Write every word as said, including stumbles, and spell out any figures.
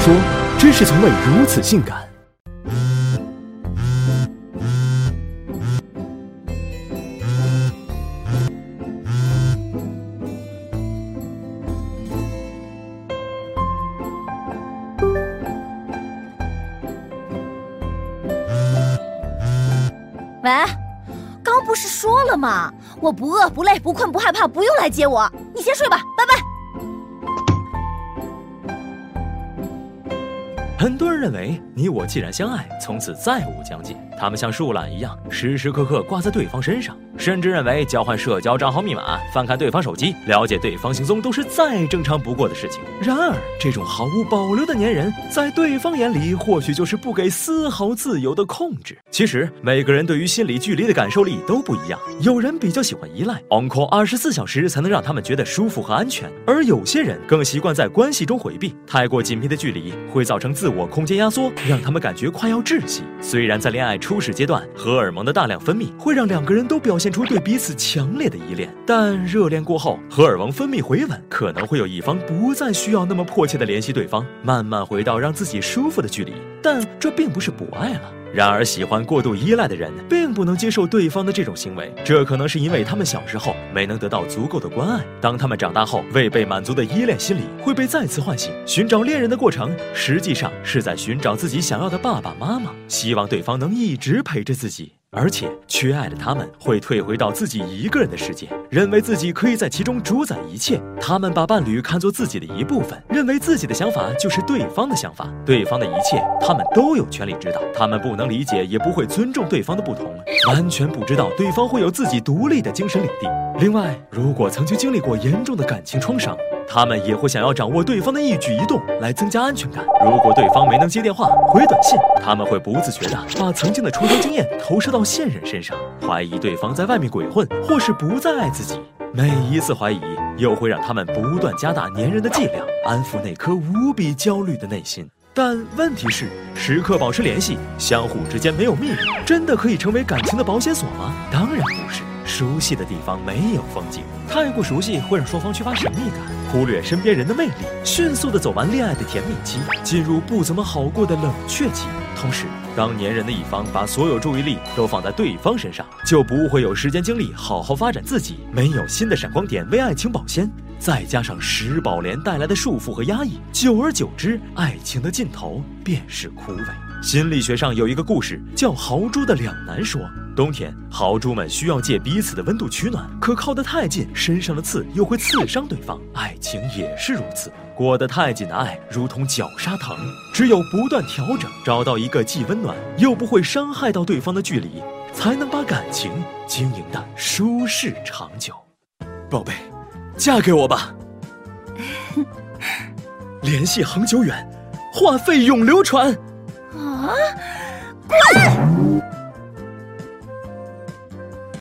说，真是从未如此性感。 喂，刚不是说了吗？我不饿不累不困不害怕，不用来接我，你先睡吧，拜拜。 很多人认为你我既然相爱，从此再无疆界。他们像树懒一样，时时刻刻挂在对方身上，甚至认为交换社交账号密码、翻看对方手机、了解对方行踪都是再正常不过的事情。然而，这种毫无保留的粘人，在对方眼里或许就是不给丝毫自由的控制。其实，每个人对于心理距离的感受力都不一样，有人比较喜欢依赖 ，on call 二十四小时才能让他们觉得舒服和安全，而有些人更习惯在关系中回避。太过紧密的距离会造成自我空间压缩，让他们感觉快要窒息。虽然在恋爱初始阶段，荷尔蒙的大量分泌会让两个人都表现出对彼此强烈的依恋，但热恋过后，荷尔蒙分泌回稳，可能会有一方不再需要那么迫切的联系对方，慢慢回到让自己舒服的距离。但这并不是不爱了。然而，喜欢过度依赖的人并不能接受对方的这种行为，这可能是因为他们小时候没能得到足够的关爱。当他们长大后，未被满足的依恋心理会被再次唤醒。寻找恋人的过程，实际上是在寻找自己想要的爸爸妈妈，希望对方能一直陪着自己。而且，缺爱的他们会退回到自己一个人的世界，认为自己可以在其中主宰一切。他们把伴侣看作自己的一部分，认为自己的想法就是对方的想法，对方的一切他们都有权利知道。他们不能理解，也不会尊重对方的不同，完全不知道对方会有自己独立的精神领地。另外，如果曾经经历过严重的感情创伤，他们也会想要掌握对方的一举一动来增加安全感。如果对方没能接电话、回短信，他们会不自觉地把曾经的创伤经验投射到现任身上，怀疑对方在外面鬼混，或是不再爱自己。每一次怀疑，又会让他们不断加大粘人的剂量，安抚那颗无比焦虑的内心。但问题是，时刻保持联系，相互之间没有秘密，真的可以成为感情的保险锁吗？当然不是。熟悉的地方没有风景，太过熟悉会让双方缺乏神秘感，忽略身边人的魅力，迅速地走完恋爱的甜蜜期，进入不怎么好过的冷却期。同时，当粘人的一方把所有注意力都放在对方身上，就不会有时间精力好好发展自己，没有新的闪光点为爱情保鲜。再加上食宝莲带来的束缚和压抑，久而久之，爱情的尽头便是枯萎。心理学上有一个故事叫豪猪的两难说。冬天，豪猪们需要借彼此的温度取暖，可靠得太近，身上的刺又会刺伤对方。爱情也是如此，裹得太紧的爱如同绞杀疼，只有不断调整，找到一个既温暖又不会伤害到对方的距离，才能把感情经营得舒适长久。宝贝，嫁给我吧！联系恒久远，话费永流传。 啊！滚！